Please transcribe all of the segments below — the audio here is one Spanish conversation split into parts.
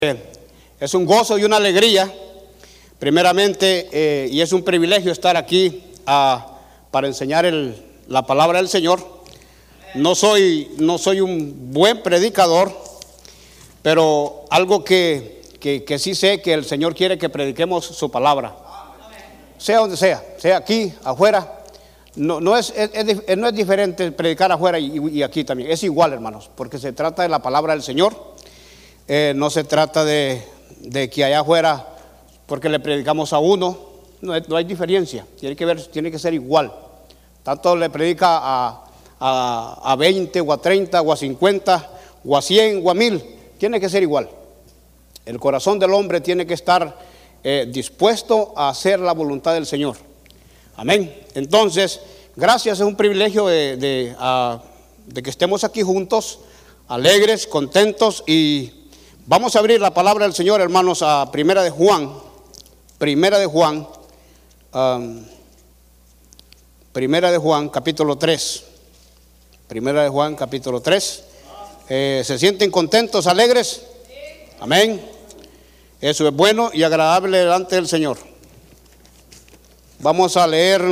Es un gozo y una alegría, primeramente, y es un privilegio estar aquí para enseñar la palabra del Señor. No soy un buen predicador, pero algo que sí sé que el Señor quiere que prediquemos su palabra. Sea donde sea aquí, afuera. No es diferente predicar afuera y aquí también. Es igual, hermanos, porque se trata de la palabra del Señor. No se trata de que allá afuera, porque le predicamos a uno, no hay diferencia. Tiene que ser igual. Tanto le predica a 20 o a 30 o a 50 o a 100 o a 1000. Tiene que ser igual. El corazón del hombre tiene que estar dispuesto a hacer la voluntad del Señor. Amén. Entonces, gracias, es un privilegio de que estemos aquí juntos, alegres, contentos, y vamos a abrir la palabra del Señor, hermanos, a Primera de Juan, capítulo 3. Primera de Juan, capítulo 3. ¿Se sienten contentos, alegres? Amén. Eso es bueno y agradable delante del Señor. Vamos a leer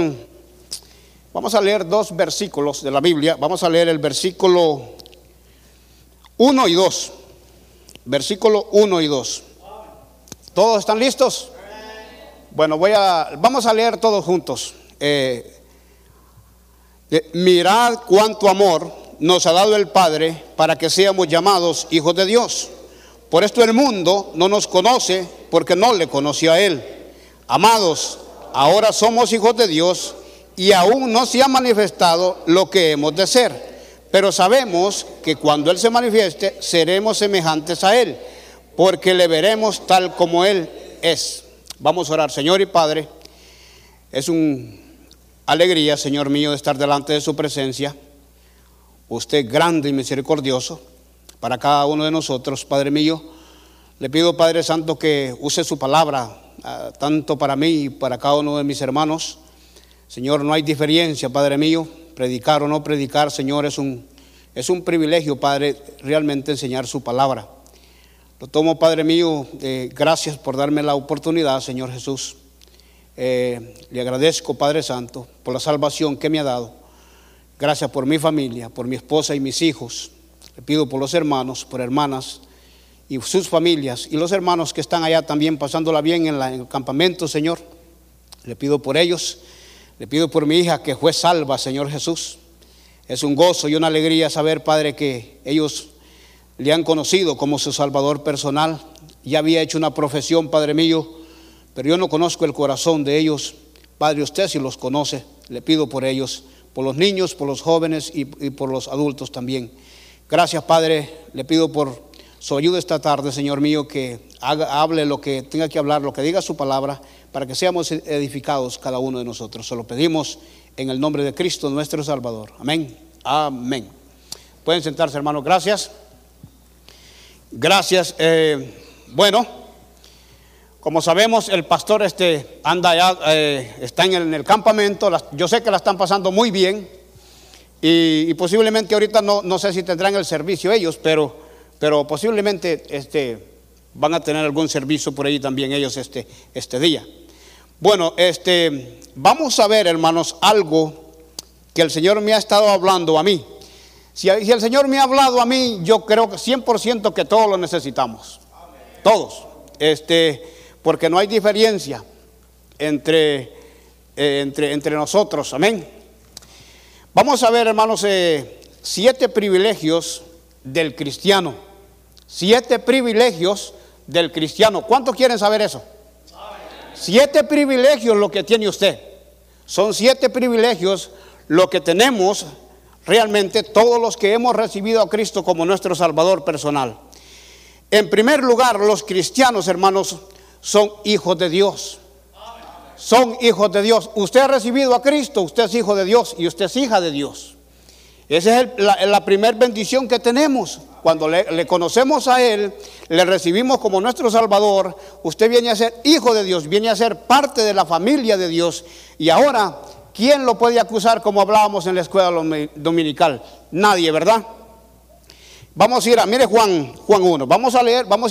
dos versículos de la Biblia. Vamos a leer el versículo 1 y 2. Versículo 1 y 2. ¿Todos están listos? Bueno, vamos a leer todos juntos. Mirad cuánto amor nos ha dado el Padre para que seamos llamados hijos de Dios. Por esto el mundo no nos conoce, porque no le conoció a Él. Amados, ahora somos hijos de Dios y aún no se ha manifestado lo que hemos de ser. Pero sabemos que cuando Él se manifieste, seremos semejantes a Él, porque le veremos tal como Él es. Vamos a orar. Señor y Padre, es una alegría, Señor mío, de estar delante de su presencia. Usted grande y misericordioso para cada uno de nosotros. Padre mío, le pido, Padre Santo, que use su palabra, tanto para mí y para cada uno de mis hermanos. Señor, no hay diferencia, Padre mío, predicar o no predicar. Señor, es un privilegio, Padre, realmente enseñar su palabra. Lo tomo, Padre mío, gracias por darme la oportunidad, Señor Jesús. Le agradezco, Padre Santo, por la salvación que me ha dado. Gracias por mi familia, por mi esposa y mis hijos. Le pido por los hermanos, por hermanas y sus familias, y los hermanos que están allá también pasándola bien en el campamento, Señor. Le pido por ellos. Le pido por mi hija que fue salva, Señor Jesús. Es un gozo y una alegría saber, Padre, que ellos le han conocido como su Salvador personal. Ya había hecho una profesión, Padre mío, pero yo no conozco el corazón de ellos. Padre, usted sí los conoce. Le pido por ellos, por los niños, por los jóvenes y por los adultos también. Gracias, Padre. Le pido por su ayuda esta tarde, Señor mío, que hable lo que tenga que hablar, lo que diga su palabra, para que seamos edificados cada uno de nosotros. Se lo pedimos en el nombre de Cristo nuestro Salvador. Amén. Amén. Pueden sentarse, hermanos. Gracias. Gracias. Bueno, como sabemos, el pastor anda allá, está en el campamento. Yo sé que la están pasando muy bien, y posiblemente ahorita no sé si tendrán el servicio ellos, pero posiblemente van a tener algún servicio por ahí también ellos este día. Bueno, vamos a ver, hermanos, algo que el Señor me ha estado hablando a mí. Si el Señor me ha hablado a mí, yo creo que 100% que todos lo necesitamos. Todos. Porque no hay diferencia entre nosotros. Amén. Vamos a ver, hermanos, 7 privilegios del cristiano. 7 privilegios del cristiano. ¿Cuántos quieren saber eso? 7 privilegios lo que tiene usted. Son 7 privilegios lo que tenemos realmente todos los que hemos recibido a Cristo como nuestro Salvador personal. En primer lugar, los cristianos, hermanos, son hijos de Dios. Son hijos de Dios. Usted ha recibido a Cristo, usted es hijo de Dios y usted es hija de Dios. Esa es la primera bendición que tenemos. Cuando le conocemos a Él, le recibimos como nuestro Salvador, usted viene a ser hijo de Dios, viene a ser parte de la familia de Dios. Y ahora, ¿quién lo puede acusar como hablábamos en la escuela dominical? Nadie, ¿verdad? Vamos a ir mire Juan 1, vamos a leer, vamos a ir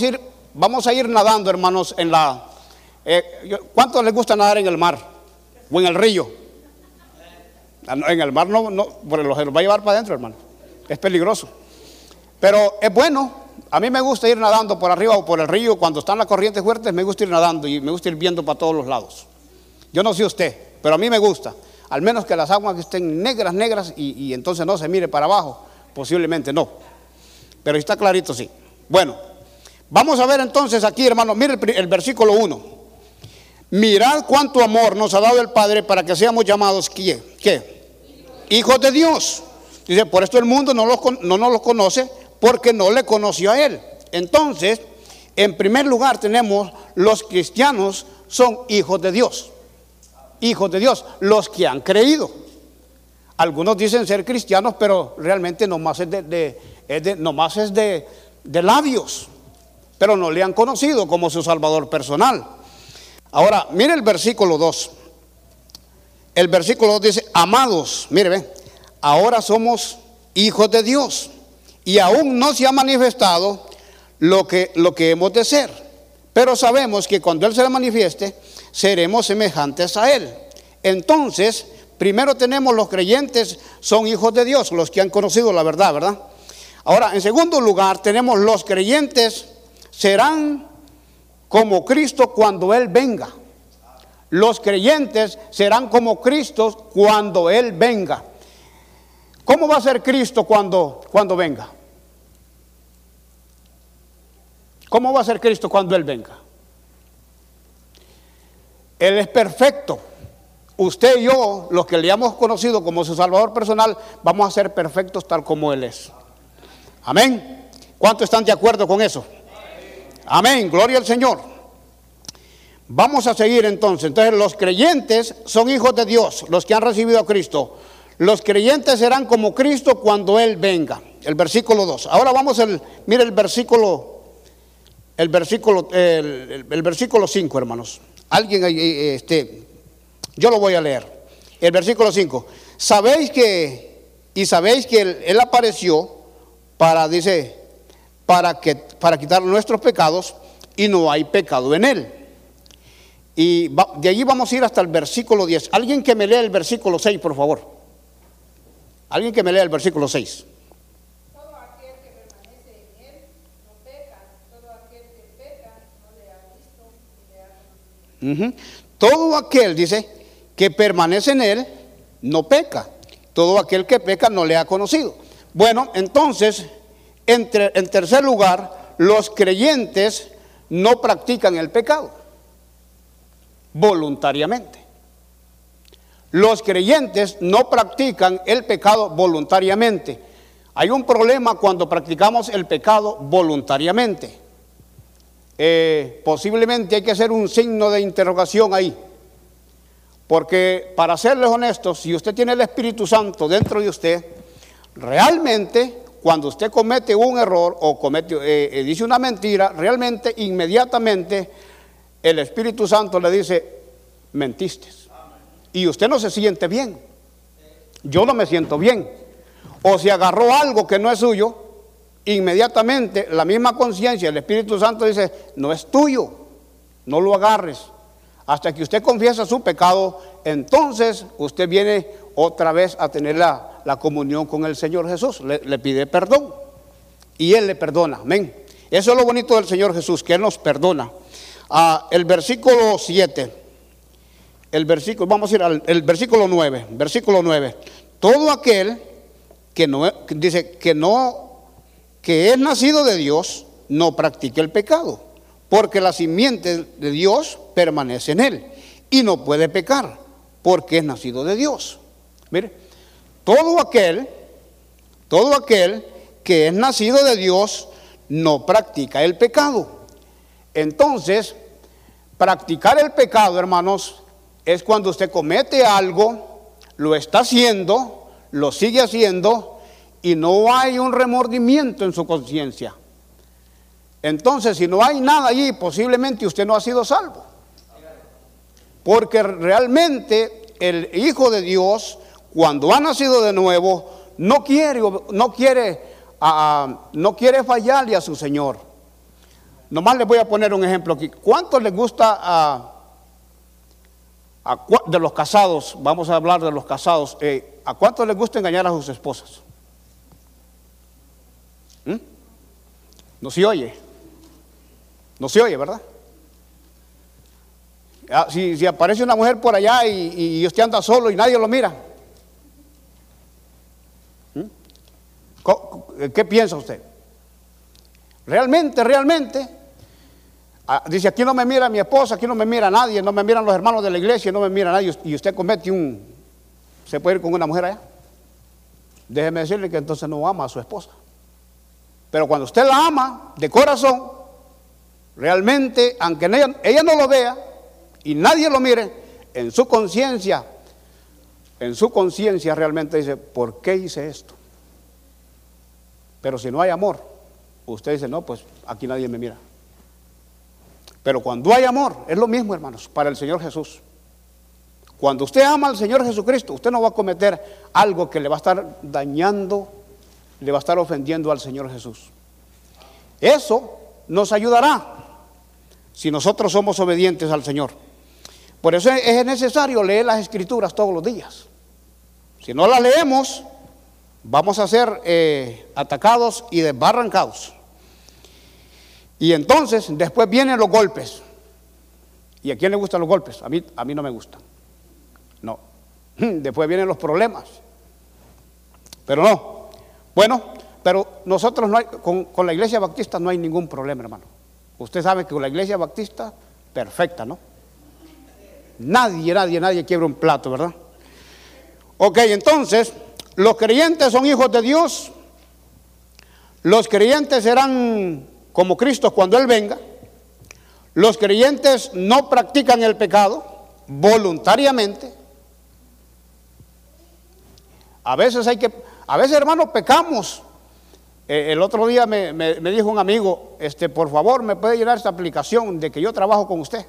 vamos a ir nadando, hermanos, en la... ¿cuánto les gusta nadar en el mar o en el río? En el mar no, porque los va a llevar para adentro, hermano. Es peligroso. Pero es bueno. A mí me gusta ir nadando por arriba o por el río. Cuando están las corrientes fuertes, me gusta ir nadando y me gusta ir viendo para todos los lados. Yo no sé usted, pero a mí me gusta. Al menos que las aguas estén negras y entonces no se mire para abajo. Posiblemente no. Pero está clarito, sí. Bueno, vamos a ver entonces aquí, hermano. Mire el versículo 1. Mirad cuánto amor nos ha dado el Padre para que seamos llamados, ¿qué? Hijos de Dios. Dice, por esto el mundo no nos los conoce porque no le conoció a Él. Entonces, en primer lugar tenemos los cristianos son hijos de Dios. Hijos de Dios, los que han creído. Algunos dicen ser cristianos, pero realmente nomás es de labios. Pero no le han conocido como su Salvador personal. Ahora, mire el versículo 2. El versículo 2 dice, amados, mire, ve, ahora somos hijos de Dios y aún no se ha manifestado lo que hemos de ser. Pero sabemos que cuando Él se manifieste, seremos semejantes a Él. Entonces, primero tenemos los creyentes, son hijos de Dios, los que han conocido la verdad, ¿verdad? Ahora, en segundo lugar, tenemos los creyentes, serán como Cristo cuando Él venga. Los creyentes serán como Cristo cuando Él venga. ¿Cómo va a ser Cristo cuando venga? ¿Cómo va a ser Cristo cuando Él venga? Él es perfecto. Usted y yo, los que le hemos conocido como su Salvador personal, vamos a ser perfectos tal como Él es. Amén. ¿Cuántos están de acuerdo con eso? Amén. Gloria al Señor. Vamos a seguir entonces. Entonces los creyentes son hijos de Dios, los que han recibido a Cristo. Los creyentes serán como Cristo cuando Él venga. El versículo 2. Ahora vamos mire el versículo 5, hermanos. Alguien ahí, yo lo voy a leer. El versículo 5. Sabéis que Él apareció para quitar nuestros pecados y no hay pecado en Él. Y de allí vamos a ir hasta el versículo 10. Alguien que me lea el versículo 6, por favor. Alguien que me lea el versículo 6. Todo aquel que permanece en Él no peca. Todo aquel que peca no le ha visto ni le ha conocido. Todo aquel, dice, que permanece en Él no peca. Todo aquel que peca no le ha conocido. Bueno, entonces, en tercer lugar, los creyentes no practican el pecado voluntariamente. Los creyentes no practican el pecado voluntariamente. Hay un problema cuando practicamos el pecado voluntariamente. Posiblemente hay que hacer un signo de interrogación ahí. Porque para serles honestos, si usted tiene el Espíritu Santo dentro de usted, realmente cuando usted comete un error o dice una mentira, realmente inmediatamente el Espíritu Santo le dice, mentiste. Y usted no se siente bien. Yo no me siento bien. O si agarró algo que no es suyo, inmediatamente la misma conciencia, el Espíritu Santo dice, no es tuyo, no lo agarres. Hasta que usted confiesa su pecado, entonces usted viene otra vez a tener la comunión con el Señor Jesús. Le pide perdón y Él le perdona. Amén. Eso es lo bonito del Señor Jesús, que Él nos perdona. El versículo 7, vamos a ir al versículo 9. Versículo 9. Todo aquel que es nacido de Dios, no practica el pecado, porque la simiente de Dios permanece en él y no puede pecar, porque es nacido de Dios. Mire, todo aquel que es nacido de Dios no practica el pecado. Entonces, practicar el pecado, hermanos, es cuando usted comete algo, lo está haciendo, lo sigue haciendo y no hay un remordimiento en su conciencia. Entonces, si no hay nada allí, posiblemente usted no ha sido salvo. Porque realmente el Hijo de Dios, cuando ha nacido de nuevo, no quiere fallarle a su Señor. Nomás les voy a poner un ejemplo aquí. ¿Cuánto les gusta de los casados? Vamos a hablar de los casados. ¿A cuánto les gusta engañar a sus esposas? No se oye. No se oye, ¿verdad? Si aparece una mujer por allá y usted anda solo y nadie lo mira, ¿qué piensa usted? Realmente, dice, aquí no me mira mi esposa, aquí no me mira nadie, no me miran los hermanos de la iglesia, no me mira nadie, y usted comete se puede ir con una mujer allá. Déjeme decirle que entonces no ama a su esposa. Pero cuando usted la ama de corazón, realmente, aunque ella no lo vea y nadie lo mire, en su conciencia realmente dice, ¿por qué hice esto? Pero si no hay amor, usted dice, no, pues aquí nadie me mira. Pero cuando hay amor, es lo mismo, hermanos, para el Señor Jesús. Cuando usted ama al Señor Jesucristo, usted no va a cometer algo que le va a estar dañando, le va a estar ofendiendo al Señor Jesús. Eso nos ayudará si nosotros somos obedientes al Señor. Por eso es necesario leer las Escrituras todos los días. Si no las leemos, vamos a ser atacados y desbarrancados. Y entonces después vienen los golpes. ¿Y a quién le gustan los golpes? A mí no me gustan. No. Después vienen los problemas. Pero no. Bueno, pero nosotros con la iglesia baptista no hay ningún problema, hermano. Usted sabe que con la iglesia baptista, perfecta, ¿no? Nadie quiebra un plato, ¿verdad? Ok, entonces, los creyentes son hijos de Dios. Los creyentes serán como Cristo cuando Él venga. Los creyentes no practican el pecado voluntariamente. A veces hermanos, pecamos. El otro día me dijo un amigo, por favor, ¿me puede llenar esta aplicación de que yo trabajo con usted?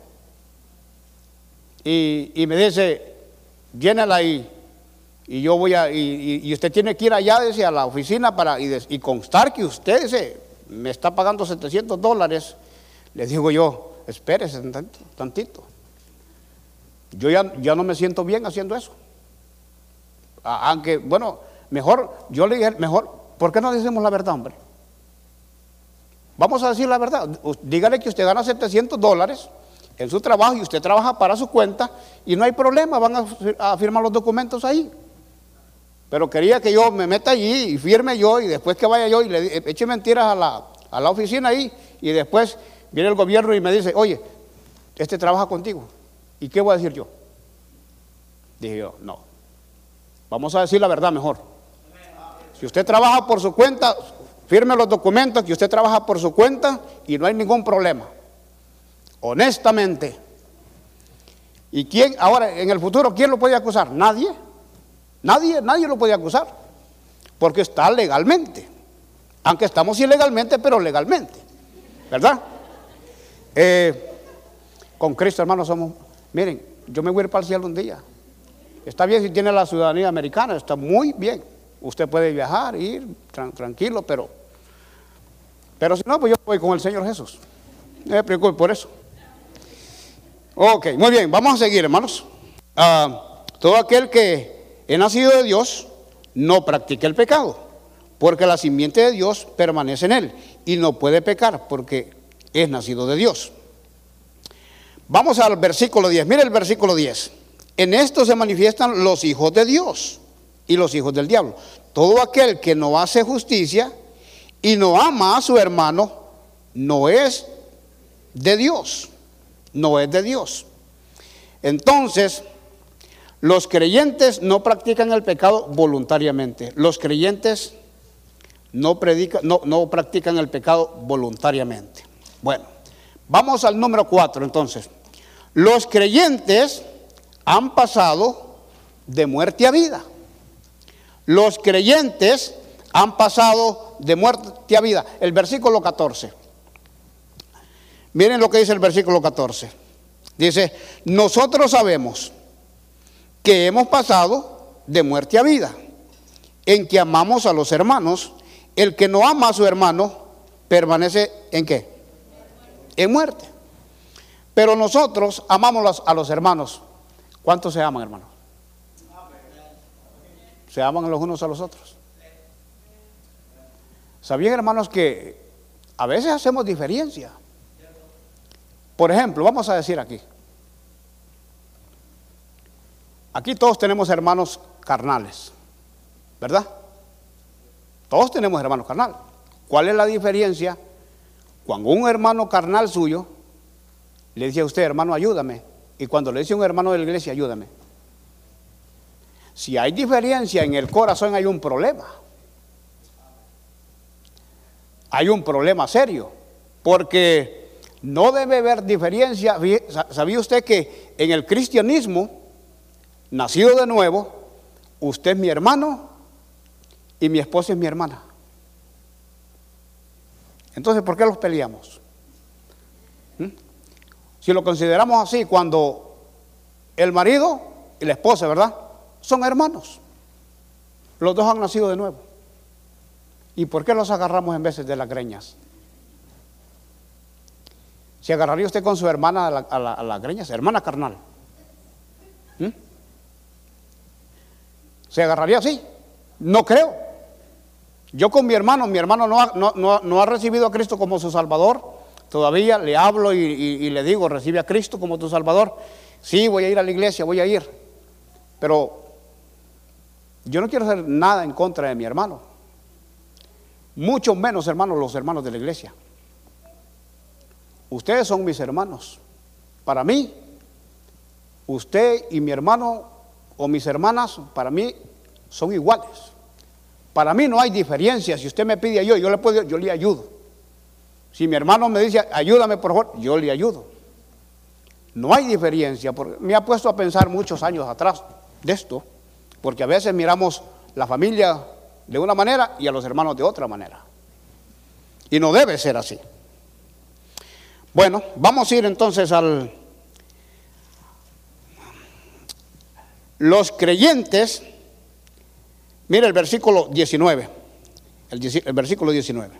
Y me dice, llénala y yo voy y usted tiene que ir allá, dice, a la oficina y constar que usted, dice, me está pagando $700. Le digo yo, espérese tantito. Yo ya no me siento bien haciendo eso. Aunque, bueno, yo le dije, ¿por qué no decimos la verdad, hombre? Vamos a decir la verdad. Dígale que usted gana $700 en su trabajo y usted trabaja para su cuenta y no hay problema, van a firmar los documentos ahí. Pero quería que yo me meta allí y firme yo y después que vaya yo y le eche mentiras a la oficina ahí y después viene el gobierno y me dice, oye, trabaja contigo. ¿Y qué voy a decir yo? Dije yo, no. Vamos a decir la verdad mejor. Si usted trabaja por su cuenta, firme los documentos que usted trabaja por su cuenta y no hay ningún problema. Honestamente. ¿Y quién, ahora, en el futuro, quién lo puede acusar? Nadie. Nadie lo puede acusar. Porque está legalmente. Aunque estamos ilegalmente, pero legalmente. ¿Verdad? Con Cristo, hermanos, miren, yo me voy a ir para el cielo un día. Está bien si tiene la ciudadanía americana, está muy bien. Usted puede viajar, ir tranquilo, pero si no, pues yo voy con el Señor Jesús. No me preocupe por eso. Ok, muy bien, vamos a seguir, hermanos. Todo aquel que es nacido de Dios no practica el pecado, porque la simiente de Dios permanece en él y no puede pecar porque es nacido de Dios. Vamos al versículo 10. Mire el versículo 10. En esto se manifiestan los hijos de Dios y los hijos del diablo. Todo aquel que no hace justicia y no ama a su hermano no es de Dios. No es de Dios. Entonces, los creyentes no practican el pecado voluntariamente. Los creyentes no practican el pecado voluntariamente. Bueno, vamos al número 4 entonces. Los creyentes han pasado de muerte a vida. Los creyentes han pasado de muerte a vida. El versículo 14. Miren lo que dice el versículo 14. Dice, nosotros sabemos que hemos pasado de muerte a vida, en que amamos a los hermanos. El que no ama a su hermano, permanece ¿en qué? en muerte. Pero nosotros amamos a los hermanos. ¿Cuántos se aman, hermanos? Se aman los unos a los otros. ¿Sabían, hermanos, que a veces hacemos diferencia? Por ejemplo, vamos a decir aquí. Aquí todos tenemos hermanos carnales, ¿verdad? Todos tenemos hermanos carnales. ¿Cuál es la diferencia cuando un hermano carnal suyo le dice a usted, hermano, ayúdame? Y cuando le dice a un hermano de la iglesia, ayúdame. Si hay diferencia en el corazón, hay un problema. Hay un problema serio, porque no debe haber diferencia. ¿Sabía usted que en el cristianismo, nacido de nuevo, usted es mi hermano y mi esposa es mi hermana? Entonces, ¿por qué los peleamos? Si lo consideramos así, cuando el marido y la esposa, ¿verdad?, son hermanos, los dos han nacido de nuevo. ¿Y por qué los agarramos en veces de las greñas? ¿Se agarraría usted con su hermana a las greñas? Hermana carnal. ¿Se agarraría así? No creo. Yo con mi hermano no ha recibido a Cristo como su Salvador. Todavía le hablo y le digo, recibe a Cristo como tu Salvador. Sí, voy a ir a la iglesia, voy a ir. Pero yo no quiero hacer nada en contra de mi hermano. Mucho menos, hermanos, los hermanos de la iglesia. Ustedes son mis hermanos. Para mí, usted y mi hermano o mis hermanas, para mí son iguales. Para mí no hay diferencia. Si usted me pide ayuda, yo le ayudo. Si mi hermano me dice, ayúdame por favor, yo le ayudo. No hay diferencia. Porque me ha puesto a pensar muchos años atrás de esto, porque a veces miramos la familia de una manera y a los hermanos de otra manera. Y no debe ser así. Bueno, vamos a ir entonces los creyentes. Mira el versículo 19. El versículo 19.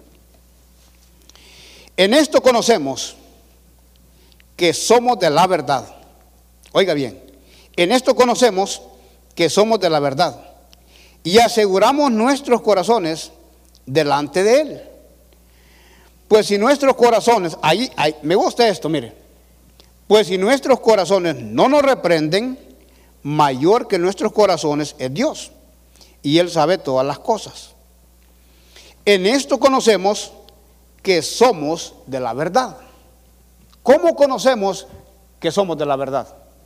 En esto conocemos que somos de la verdad. Oiga bien, en esto conocemos que somos de la verdad y aseguramos nuestros corazones delante de Él. Pues si nuestros corazones, me gusta esto, mire, pues si nuestros corazones no nos reprenden, mayor que nuestros corazones es Dios, y Él sabe todas las cosas. En esto conocemos que somos de la verdad. ¿Cómo conocemos que somos de la verdad?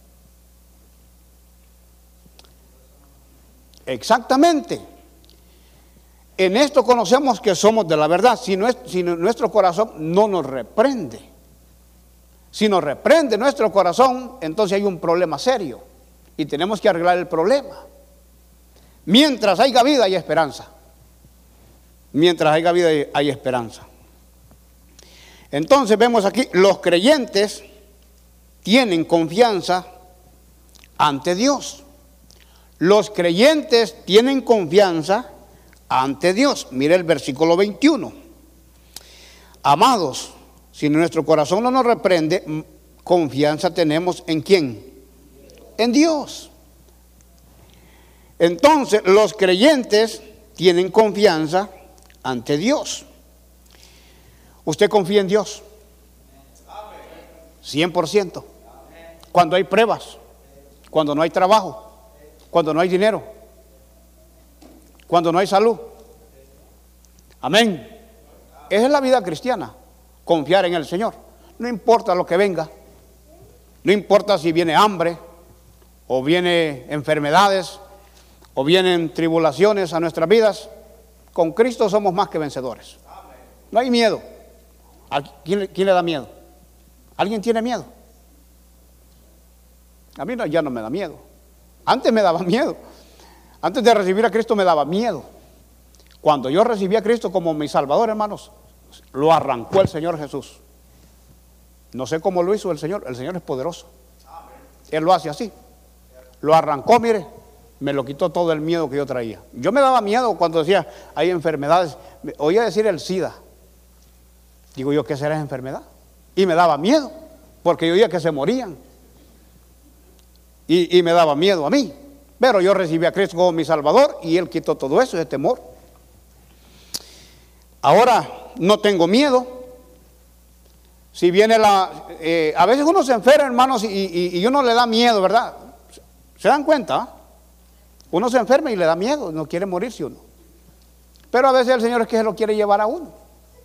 Exactamente. En esto conocemos que somos de la verdad. Si nuestro corazón no nos reprende. Si nos reprende nuestro corazón, entonces hay un problema serio y tenemos que arreglar el problema. Mientras haya vida hay esperanza. Mientras haya vida hay esperanza. Entonces vemos aquí, los creyentes tienen confianza ante Dios. Los creyentes tienen confianza ante Dios. Mire el versículo 21. Amados, si nuestro corazón no nos reprende, confianza tenemos ¿en quién? En Dios. Entonces, los creyentes tienen confianza ante Dios. ¿Usted confía en Dios? 100%. Cuando hay pruebas, cuando no hay trabajo, cuando no hay dinero, cuando no hay salud. Amén. Esa es la vida cristiana, confiar en el Señor. No importa lo que venga, no importa si viene hambre, o viene enfermedades, o vienen tribulaciones a nuestras vidas, con Cristo somos más que vencedores. No hay miedo. ¿Quién le da miedo? ¿Alguien tiene miedo? A mí ya no me da miedo. Antes me daba miedo. Antes de recibir a Cristo me daba miedo. Cuando yo recibí a Cristo como mi Salvador, hermanos, lo arrancó el Señor Jesús. No sé cómo lo hizo el Señor es poderoso. Él lo hace así. Lo arrancó, mire, me lo quitó todo el miedo que yo traía. Yo me daba miedo cuando decía, hay enfermedades. Oía decir el SIDA. Digo yo, ¿qué será esa enfermedad? Y me daba miedo, porque yo oía que se morían. Y me daba miedo a mí. Pero yo recibí a Cristo como mi Salvador y Él quitó todo eso, ese temor. Ahora no tengo miedo. Si viene a veces uno se enferma, hermanos, y uno le da miedo, ¿verdad? ¿Se dan cuenta? Uno se enferma y le da miedo, no quiere morirse uno. Pero a veces el Señor es que se lo quiere llevar a uno.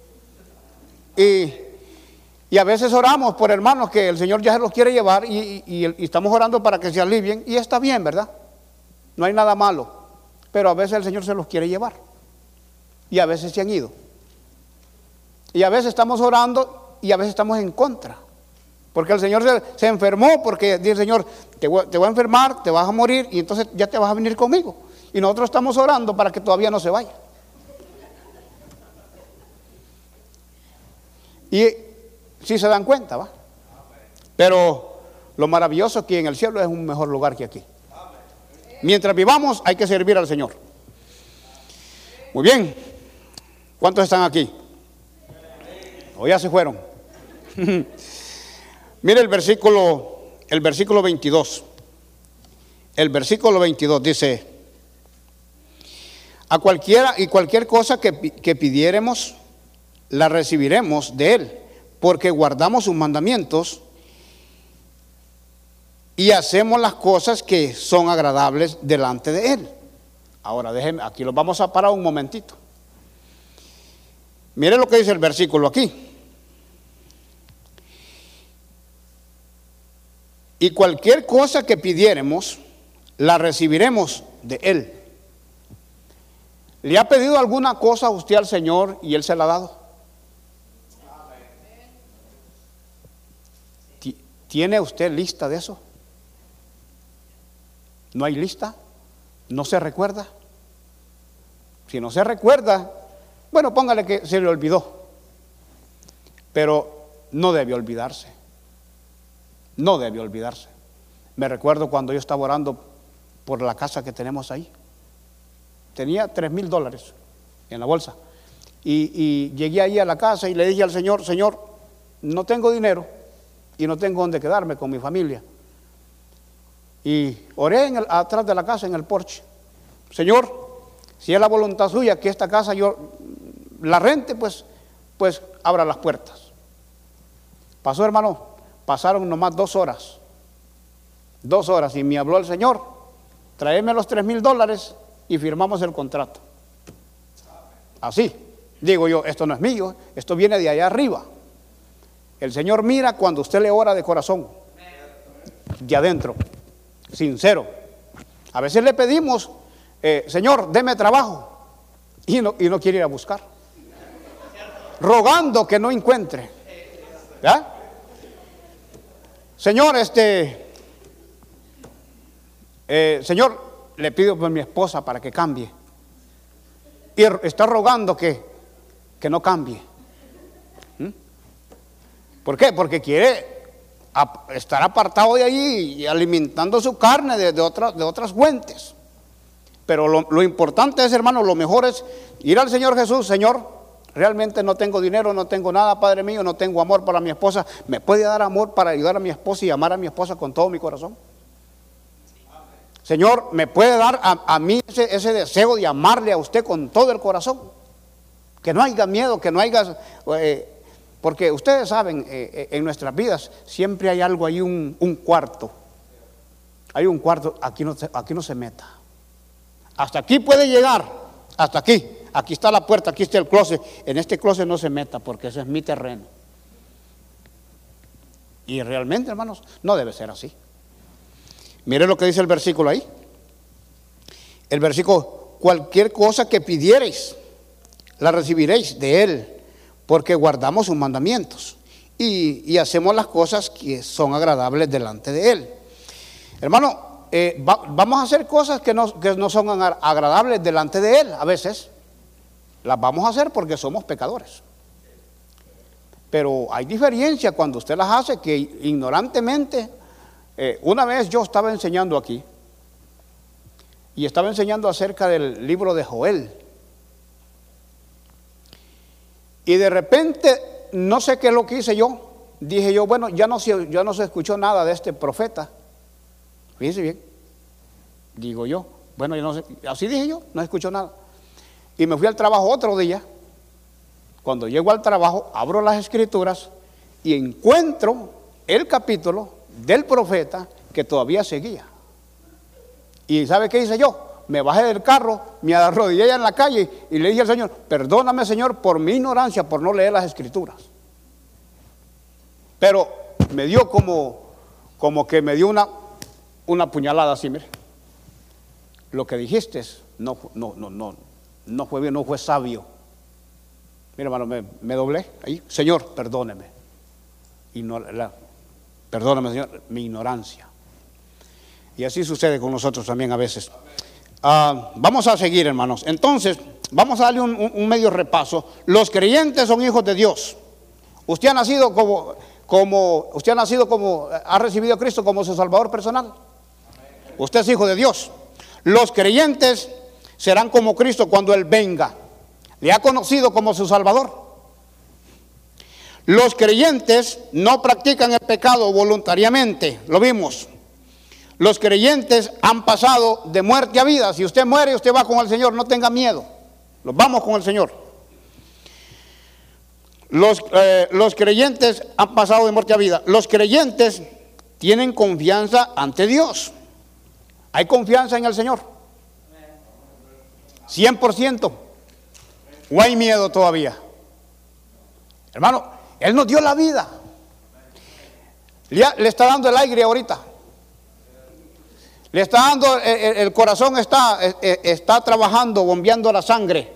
Y a veces oramos por hermanos que el Señor ya se los quiere llevar y estamos orando para que se alivien. Y está bien, ¿verdad? No hay nada malo. Pero a veces el Señor se los quiere llevar. Y a veces se han ido. Y a veces estamos orando y a veces estamos en contra. Porque el Señor se enfermó porque dice el Señor, te voy a enfermar, te vas a morir y entonces ya te vas a venir conmigo. Y nosotros estamos orando para que todavía no se vaya. Y si se dan cuenta, ¿va? Pero lo maravilloso es que en el cielo es un mejor lugar que aquí. Mientras vivamos hay que servir al Señor. Muy bien. ¿Cuántos están aquí? ¿O ya se fueron? Mire el versículo 22. El versículo 22 dice: a cualquier cosa que pidiéremos, la recibiremos de Él, porque guardamos sus mandamientos y hacemos las cosas que son agradables delante de Él. Ahora déjenme, aquí los vamos a parar un momentito. Mire lo que dice el versículo aquí. Y cualquier cosa que pidiéremos, la recibiremos de Él. ¿Le ha pedido alguna cosa a usted al Señor y Él se la ha dado? ¿Tiene usted lista de eso? ¿No hay lista? ¿No se recuerda? Si no se recuerda, bueno, póngale que se le olvidó. Pero no debe olvidarse. No debe olvidarse. Me recuerdo cuando yo estaba orando por la casa que tenemos ahí. Tenía $3,000 en la bolsa. Y llegué ahí a la casa y le dije al Señor: Señor, no tengo dinero y no tengo dónde quedarme con mi familia. Y oré atrás de la casa, en el porche: Señor, si es la voluntad suya que esta casa yo la rente, pues abra las puertas. Pasó, hermano, pasaron nomás 2 horas. 2 horas y me habló el Señor: tráeme los $3,000 y firmamos el contrato. Así. Digo yo, esto no es mío, esto viene de allá arriba. El Señor mira cuando usted le ora de corazón, de adentro, sincero. A veces le pedimos: Señor, deme trabajo, y no quiere ir a buscar, rogando que no encuentre. ¿Ya? Señor, Señor, le pido por mi esposa para que cambie. Y está rogando que no cambie. ¿Por qué? Porque quiere estar apartado de allí y alimentando su carne de otras fuentes. Pero lo importante es, hermano, lo mejor es ir al Señor Jesús: Señor, realmente no tengo dinero, no tengo nada, Padre mío, no tengo amor para mi esposa. ¿Me puede dar amor para ayudar a mi esposa y amar a mi esposa con todo mi corazón? Señor, ¿me puede dar a mí ese deseo de amarle a usted con todo el corazón? Que no haya miedo, que no haya... porque ustedes saben, en nuestras vidas siempre hay algo ahí, un cuarto. Hay un cuarto, aquí no se meta. Hasta aquí puede llegar, hasta aquí. Aquí está la puerta, aquí está el closet. En este closet no se meta porque ese es mi terreno. Y realmente, hermanos, no debe ser así. Mire lo que dice el versículo ahí. El versículo: cualquier cosa que pidiereis, la recibiréis de Él, porque guardamos sus mandamientos y hacemos las cosas que son agradables delante de Él. Hermano, vamos a hacer cosas que no son agradables delante de Él a veces. Las vamos a hacer porque somos pecadores. Pero hay diferencia cuando usted las hace que ignorantemente. Una vez yo estaba enseñando aquí y estaba enseñando acerca del libro de Joel. Y de repente, no sé qué es lo que hice yo, dije yo, bueno, ya no se escuchó nada de este profeta. Fíjense bien, digo yo, bueno, yo no sé, así dije yo, no escuchó nada. Y me fui al trabajo otro día. Cuando llego al trabajo, abro las escrituras y encuentro el capítulo del profeta que todavía seguía. ¿Y sabe qué hice yo? Me bajé del carro, me arrodillé en la calle y le dije al Señor, perdóname, Señor, por mi ignorancia, por no leer las escrituras. Pero me dio como que me dio una puñalada así, mire. Lo que dijiste no fue bien, no fue sabio. Mira, hermano, me doblé ahí. Señor, perdóneme. Perdóname, Señor, mi ignorancia. Y así sucede con nosotros también a veces. Vamos a seguir, hermanos. Entonces, vamos a darle un medio repaso. Los creyentes son hijos de Dios. Usted ha nacido ha recibido a Cristo como su Salvador personal. Usted es hijo de Dios. Los creyentes serán como Cristo cuando Él venga. Le ha conocido como su Salvador. Los creyentes no practican el pecado voluntariamente. Lo vimos. Los creyentes han pasado de muerte a vida. Si usted muere, usted va con el Señor. No tenga miedo. Nos vamos con el Señor. Los creyentes han pasado de muerte a vida. Los creyentes tienen confianza ante Dios. ¿Hay confianza en el Señor? 100%. ¿O hay miedo todavía? Hermano, Él nos dio la vida. Le está dando el aire ahorita. Le está dando, el corazón está trabajando, bombeando la sangre.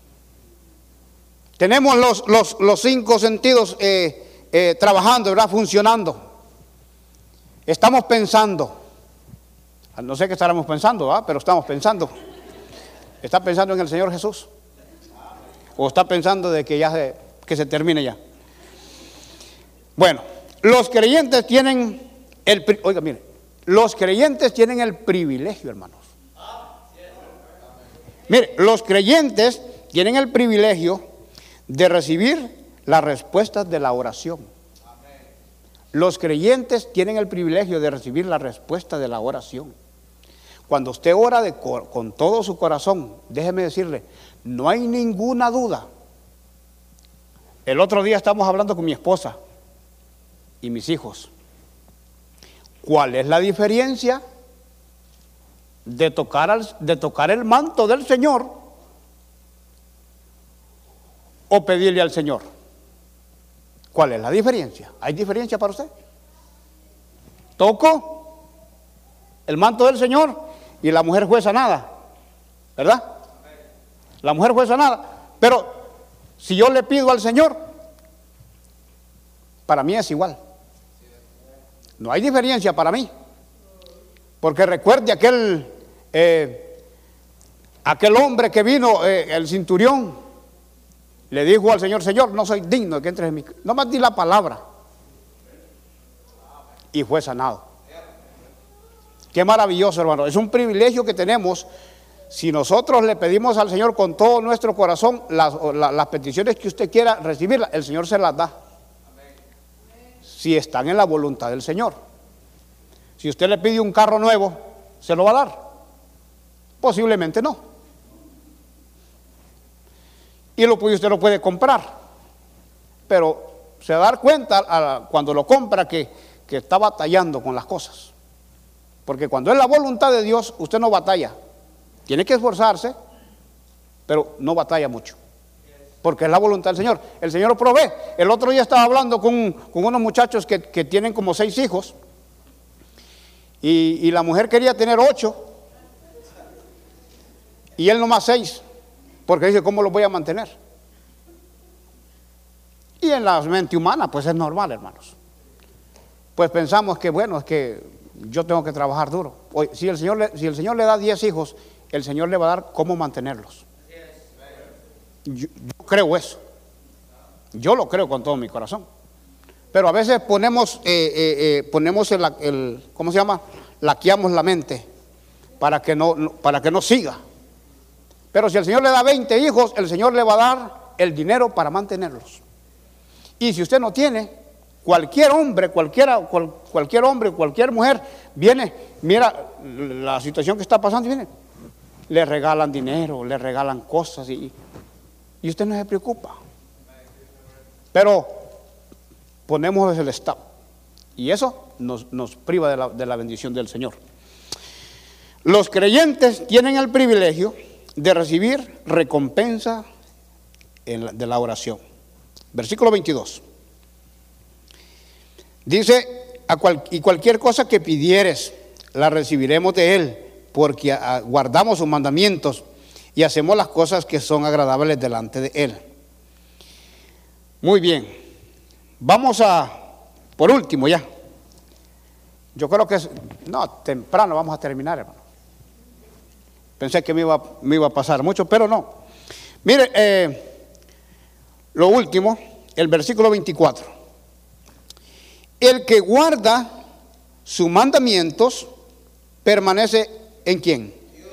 Tenemos los 5 sentidos trabajando, ¿verdad? Funcionando. Estamos pensando. No sé qué estaremos pensando, ¿verdad? Pero estamos pensando. ¿Está pensando en el Señor Jesús? ¿O está pensando de que se termine ya? Bueno, los creyentes tienen los creyentes tienen el privilegio, hermanos. Mire, los creyentes tienen el privilegio de recibir las respuestas de la oración. Los creyentes tienen el privilegio de recibir la respuesta de la oración. Cuando usted ora con todo su corazón, déjeme decirle, no hay ninguna duda. El otro día estábamos hablando con mi esposa y mis hijos. ¿Cuál es la diferencia de tocar el manto del Señor o pedirle al Señor? ¿Cuál es la diferencia? ¿Hay diferencia para usted? Toco el manto del Señor y la mujer fue sanada, ¿verdad? La mujer fue sanada, pero si yo le pido al Señor, para mí es igual. No hay diferencia para mí. Porque recuerde aquel hombre que vino, el centurión, le dijo al Señor, Señor, no soy digno de que entres en mi casa. No más di la palabra. Y fue sanado. Qué maravilloso, hermano. Es un privilegio que tenemos. Si nosotros le pedimos al Señor con todo nuestro corazón las peticiones que usted quiera recibirlas, el Señor se las da. Si están en la voluntad del Señor. Si usted le pide un carro nuevo, ¿se lo va a dar? Posiblemente no. Y usted lo puede comprar. Pero se va a dar cuenta cuando lo compra que está batallando con las cosas. Porque cuando es la voluntad de Dios, usted no batalla. Tiene que esforzarse, pero no batalla mucho. Porque es la voluntad del Señor. El Señor provee. El otro día estaba hablando con unos muchachos que tienen como 6 hijos. Y la mujer quería tener 8. Y él nomás 6. Porque dice, ¿cómo los voy a mantener? Y en la mente humana, pues es normal, hermanos. Pues pensamos que, bueno, es que yo tengo que trabajar duro. Si el Señor le da 10 hijos, el Señor le va a dar cómo mantenerlos. Yo creo eso. Yo lo creo con todo mi corazón. Pero a veces ponemos ¿cómo se llama? Laqueamos la mente para que no siga. Pero si el Señor le da 20 hijos, el Señor le va a dar el dinero para mantenerlos. Y si usted no tiene, Cualquier hombre, cualquier hombre, cualquier mujer viene, mira la situación que está pasando y viene, le regalan dinero, le regalan cosas y usted no se preocupa. Pero ponemos el estado y eso nos priva de la bendición del Señor. Los creyentes tienen el privilegio de recibir recompensa de la oración. Versículo 22. Dice, y cualquier cosa que pidieres, la recibiremos de Él, porque guardamos sus mandamientos y hacemos las cosas que son agradables delante de Él. Muy bien. Vamos por último ya. Yo creo que temprano vamos a terminar, hermano. Pensé que me iba a pasar mucho, pero no. Mire, lo último, el versículo 24. El que guarda sus mandamientos permanece ¿en quién?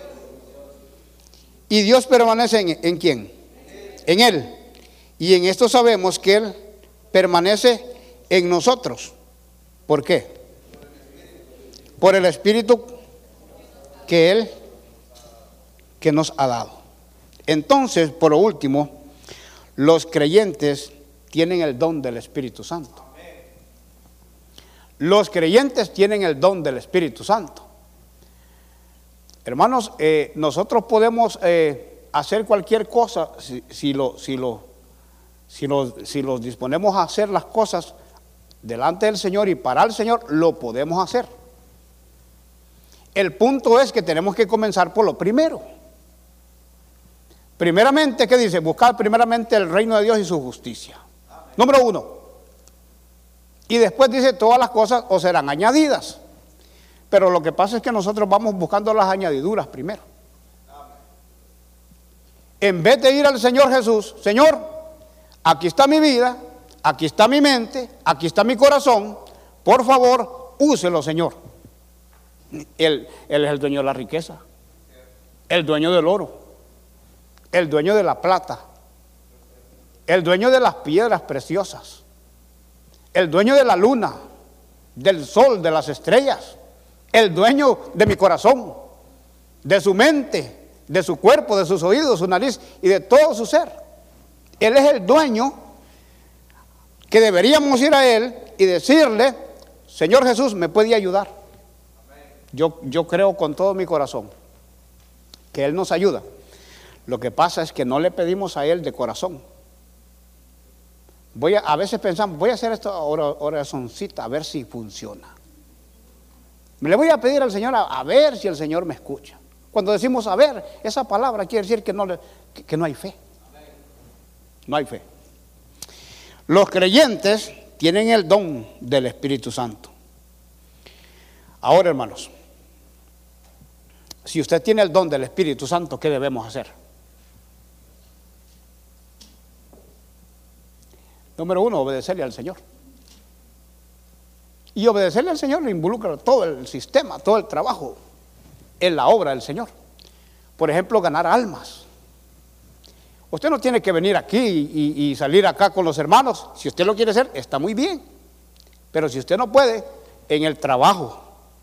Y Dios permanece ¿en quién? En Él. Y en esto sabemos que Él permanece en nosotros. ¿Por qué? Por el Espíritu que Él que nos ha dado. Entonces, por lo último, los creyentes tienen el don del Espíritu Santo. Los creyentes tienen el don del Espíritu Santo. Hermanos, nosotros podemos hacer cualquier cosa si los disponemos a hacer las cosas delante del Señor y para el Señor, lo podemos hacer. El punto es que tenemos que comenzar por lo primero. Primeramente, ¿qué dice? Buscar primeramente el reino de Dios y su justicia. Número 1. Y después dice, todas las cosas os serán añadidas. Pero lo que pasa es que nosotros vamos buscando las añadiduras primero. En vez de ir al Señor Jesús, Señor, aquí está mi vida, aquí está mi mente, aquí está mi corazón, por favor, úselo, Señor. Él es el dueño de la riqueza, el dueño del oro, el dueño de la plata, el dueño de las piedras preciosas, el dueño de la luna, del sol, de las estrellas, el dueño de mi corazón, de su mente, de su cuerpo, de sus oídos, su nariz y de todo su ser. Él es el dueño que deberíamos ir a Él y decirle, Señor Jesús, ¿me puede ayudar? Yo creo con todo mi corazón que Él nos ayuda. Lo que pasa es que no le pedimos a Él de corazón. A veces pensamos, voy a hacer esta oracioncita a ver si funciona. Le voy a pedir al Señor a ver si el Señor me escucha. Cuando decimos a ver, esa palabra quiere decir que no hay fe. No hay fe. Los creyentes tienen el don del Espíritu Santo. Ahora, hermanos, si usted tiene el don del Espíritu Santo, ¿qué debemos hacer? Número 1, obedecerle al Señor. Y obedecerle al Señor le involucra todo el sistema, todo el trabajo en la obra del Señor. Por ejemplo, ganar almas. Usted no tiene que venir aquí y salir acá con los hermanos. Si usted lo quiere hacer, está muy bien. Pero si usted no puede, en el trabajo,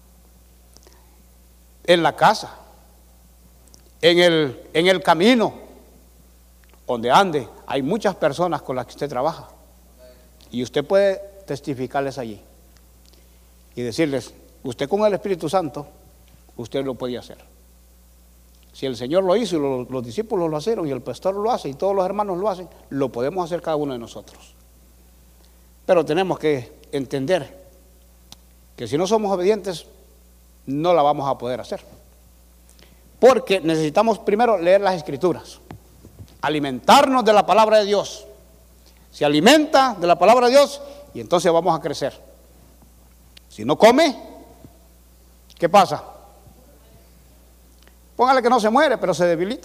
en la casa, en el camino, donde ande, hay muchas personas con las que usted trabaja. Y usted puede testificarles allí y decirles, usted con el Espíritu Santo, usted lo puede hacer. Si el Señor lo hizo y los discípulos lo hicieron y el pastor lo hace y todos los hermanos lo hacen, lo podemos hacer cada uno de nosotros. Pero tenemos que entender que si no somos obedientes, no la vamos a poder hacer. Porque necesitamos primero leer las Escrituras, alimentarnos de la palabra de Dios. Se alimenta de la palabra de Dios y entonces vamos a crecer. Si no come, ¿qué pasa? Póngale que no se muere, pero se debilita.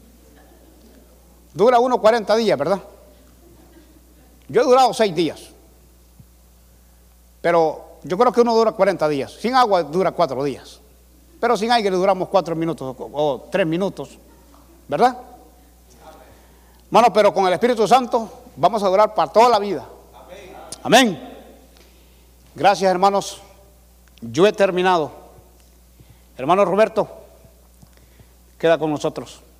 Dura uno 40 días, ¿verdad? Yo he durado 6 días. Pero yo creo que uno dura 40 días. Sin agua dura 4 días. Pero sin aire duramos 4 minutos o 3 minutos, ¿verdad? Bueno, pero con el Espíritu Santo vamos a durar para toda la vida. Amén. Gracias, hermanos. Yo he terminado. Hermano Roberto, queda con nosotros.